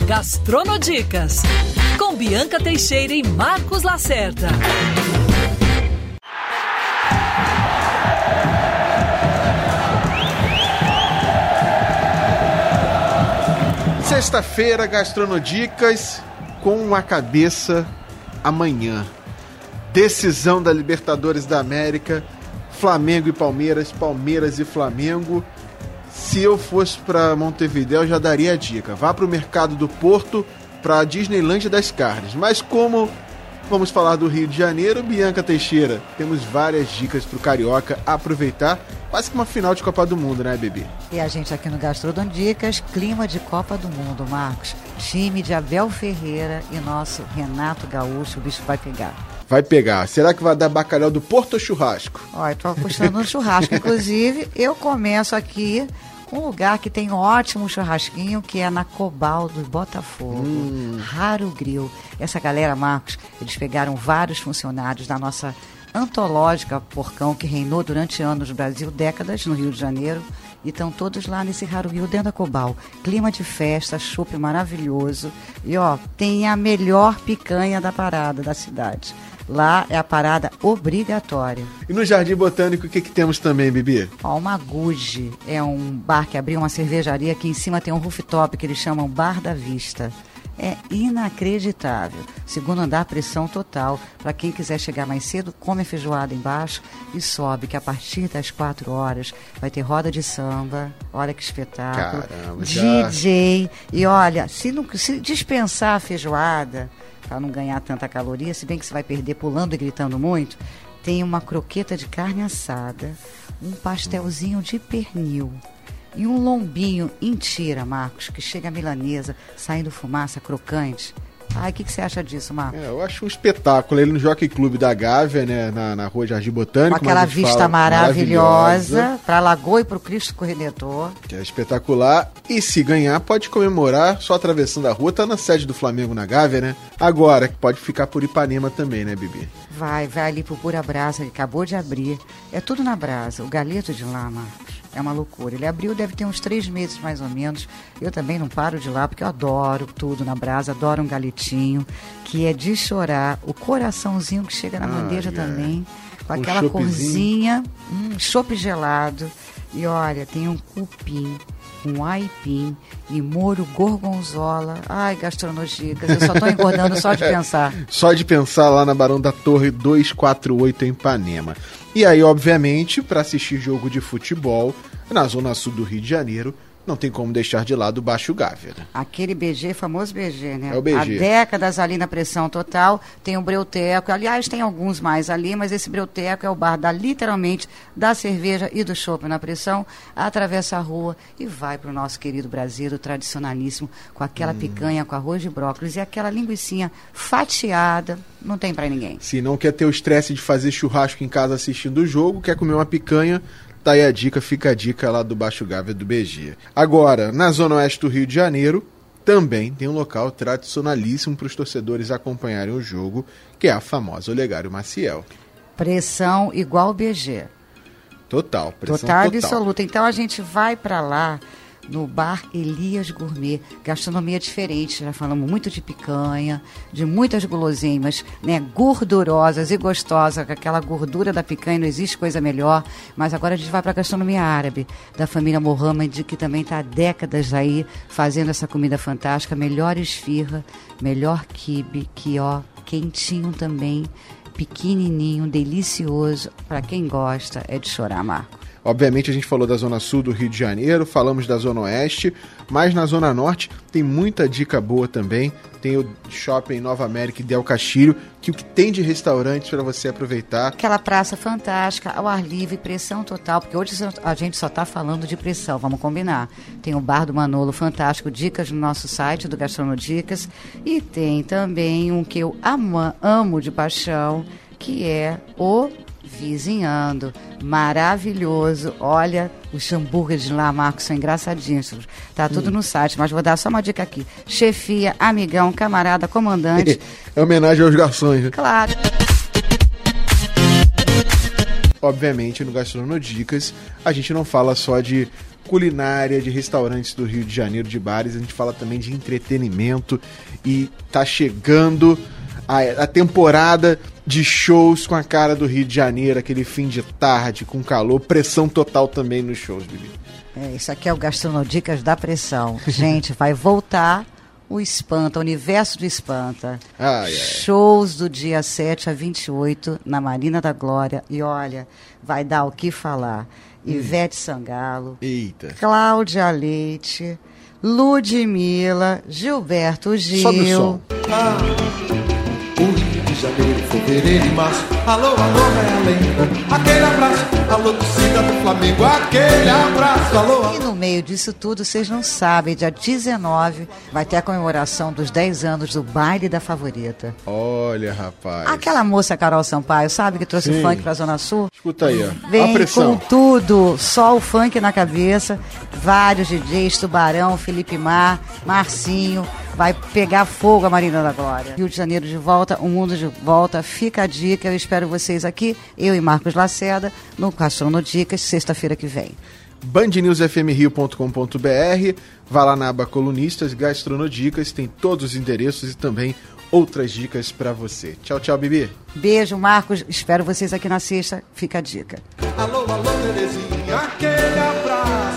Gastronodicas, com Bianca Teixeira e Marcos Lacerda. Sexta-feira, Gastronodicas, com a cabeça amanhã. Decisão da Libertadores da América, Flamengo e Palmeiras, Palmeiras e Flamengo. Se eu fosse para Montevidéu, eu já daria a dica. Vá para o Mercado do Porto, para a Disneylândia das Carnes. Mas como vamos falar do Rio de Janeiro, Bianca Teixeira, temos várias dicas para o carioca aproveitar. Quase que uma final de Copa do Mundo, né, Bebê? E a gente aqui no Gastronodicas, clima de Copa do Mundo, Marcos. Time de Abel Ferreira e nosso Renato Gaúcho, o bicho vai pegar. Vai pegar. Será que vai dar bacalhau do Porto ou churrasco? Olha, estou apostando no churrasco. Inclusive, eu começo aqui com um lugar que tem um ótimo churrasquinho, que é na Cobal do Botafogo. Raro Grill. Essa galera, Marcos, eles pegaram vários funcionários da nossa antológica Porcão, que reinou durante anos no Brasil, décadas, no Rio de Janeiro, e estão todos lá nesse Raro Grill, dentro da Cobal. Clima de festa, chopp maravilhoso. E, ó, tem a melhor picanha da parada da cidade. Lá é a parada obrigatória. E no Jardim Botânico, o que temos também, Bibi? Ó, uma Guji. É um bar que abriu uma cervejaria, que em cima tem um rooftop que eles chamam Bar da Vista. É inacreditável. Segundo andar, pressão total. Para quem quiser chegar mais cedo, come a feijoada embaixo e sobe, que a partir das 4 horas vai ter roda de samba. Olha que espetáculo. Caramba, DJ. E olha, se dispensar a feijoada, para não ganhar tanta caloria, se bem que você vai perder pulando e gritando muito, tem uma croqueta de carne assada, um pastelzinho de pernil e um lombinho em tira, Marcos, que chega a milanesa, saindo fumaça crocante. Ai, o que você acha disso, Marcos? Eu acho um espetáculo. Ele no Jockey Club da Gávea, né, na rua Jardim Botânico. Com aquela vista maravilhosa para a Lagoa e para o Cristo Redentor. Que é espetacular. E se ganhar, pode comemorar só atravessando a rua. Tá na sede do Flamengo na Gávea, né? Agora, pode ficar por Ipanema também, né, Bibi? Vai ali pro Pura Brasa, que acabou de abrir. É tudo na brasa. O galeto de lá, Marcos, é uma loucura. Ele abriu, deve ter uns 3 meses mais ou menos. Eu também não paro de lá, porque eu adoro tudo na brasa, adoro um galetinho, que é de chorar. O coraçãozinho que chega na bandeja também, com aquela corzinha, chopp gelado. E olha, tem um cupim, um aipim e molho gorgonzola. Ai, Gastronodicas, eu só tô engordando só de pensar. Só de pensar lá na Barão da Torre 248 em Ipanema. E aí, obviamente, para assistir jogo de futebol na Zona Sul do Rio de Janeiro, não tem como deixar de lado o Baixo Gávea, né? Aquele BG, famoso BG, né? É o BG. Há décadas ali na pressão total, tem o Breuteco, aliás, tem alguns mais ali, mas esse Breuteco é o bar literalmente da cerveja e do chopp na pressão, atravessa a rua e vai para o nosso querido brasileiro tradicionalíssimo, com aquela picanha com arroz de brócolis e aquela linguicinha fatiada, não tem para ninguém. Se não quer ter o estresse de fazer churrasco em casa assistindo o jogo, quer comer uma picanha, tá aí a dica, fica a dica lá do Baixo Gávea do BG. Agora, na Zona Oeste do Rio de Janeiro, também tem um local tradicionalíssimo para os torcedores acompanharem o jogo, que é a famosa Olegário Maciel. Pressão igual BG. Total, pressão total. Total absoluta. Então a gente vai para lá, no Bar Elias Gourmet, gastronomia diferente, já falamos muito de picanha, de muitas guloseimas, né, gordurosas e gostosas, com aquela gordura da picanha, não existe coisa melhor, mas agora a gente vai para a gastronomia árabe, da família Mohammed, que também está há décadas aí fazendo essa comida fantástica, melhor esfirra, melhor quibe, que ó, quentinho também, pequenininho, delicioso, para quem gosta, é de chorar, Marco. Obviamente a gente falou da Zona Sul do Rio de Janeiro, falamos da Zona Oeste, mas na Zona Norte tem muita dica boa também. Tem o Shopping Nova América e Del Castilho, que o que tem de restaurantes para você aproveitar. Aquela praça fantástica, ao ar livre, pressão total, porque hoje a gente só está falando de pressão, vamos combinar. Tem o Bar do Manolo, fantástico, dicas no nosso site do Gastronodicas, e tem também um que eu amo de paixão, que é o Vizinhando, maravilhoso. Olha, os hambúrgueres de lá, Marcos, são engraçadinhos. Tá tudo no site, mas vou dar só uma dica aqui. Chefia, amigão, camarada, comandante. É homenagem aos garçons, né? Claro. obviamente, no Gastronodicas, a gente não fala só de culinária, de restaurantes do Rio de Janeiro, de bares, a gente fala também de entretenimento e tá chegando a temporada de shows com a cara do Rio de Janeiro, aquele fim de tarde, com calor, pressão total também nos shows, Bibi. Isso aqui é o Gastronodicas da pressão. Gente, vai voltar o Espanta, o universo do Espanta. Shows do dia 7 a 28 na Marina da Glória. E olha, vai dar o que falar. Ivete Sangalo, Eita. Cláudia Leite, Ludmilla, Gilberto Gil. Sobe o som. O Rio de Janeiro, fevereiro e março. Alô, alô, Belém. Aquele abraço. Alô, torcida do Flamengo. Aquele abraço. Alô. E no meio disso tudo, vocês não sabem, dia 19 vai ter a comemoração dos 10 anos do Baile da Favorita. Olha, rapaz. Aquela moça Carol Sampaio, sabe, que trouxe o funk pra Zona Sul? Escuta aí, ó. Vem a pressão. com tudo, só o funk na cabeça. Vários DJs, Tubarão, Felipe Mar, Marcinho. Vai pegar fogo a Marina da Glória. Rio de Janeiro de volta, o mundo de volta. Fica a dica, eu espero vocês aqui, eu e Marcos Lacerda, no Gastronodicas, sexta-feira que vem. bandnewsfmrio.com.br, vá lá na aba Colunistas, Gastronodicas, tem todos os endereços e também outras dicas pra você. Tchau, tchau, Bibi. Beijo, Marcos, espero vocês aqui na sexta, fica a dica. Alô, alô, Terezinha, aquele abraço.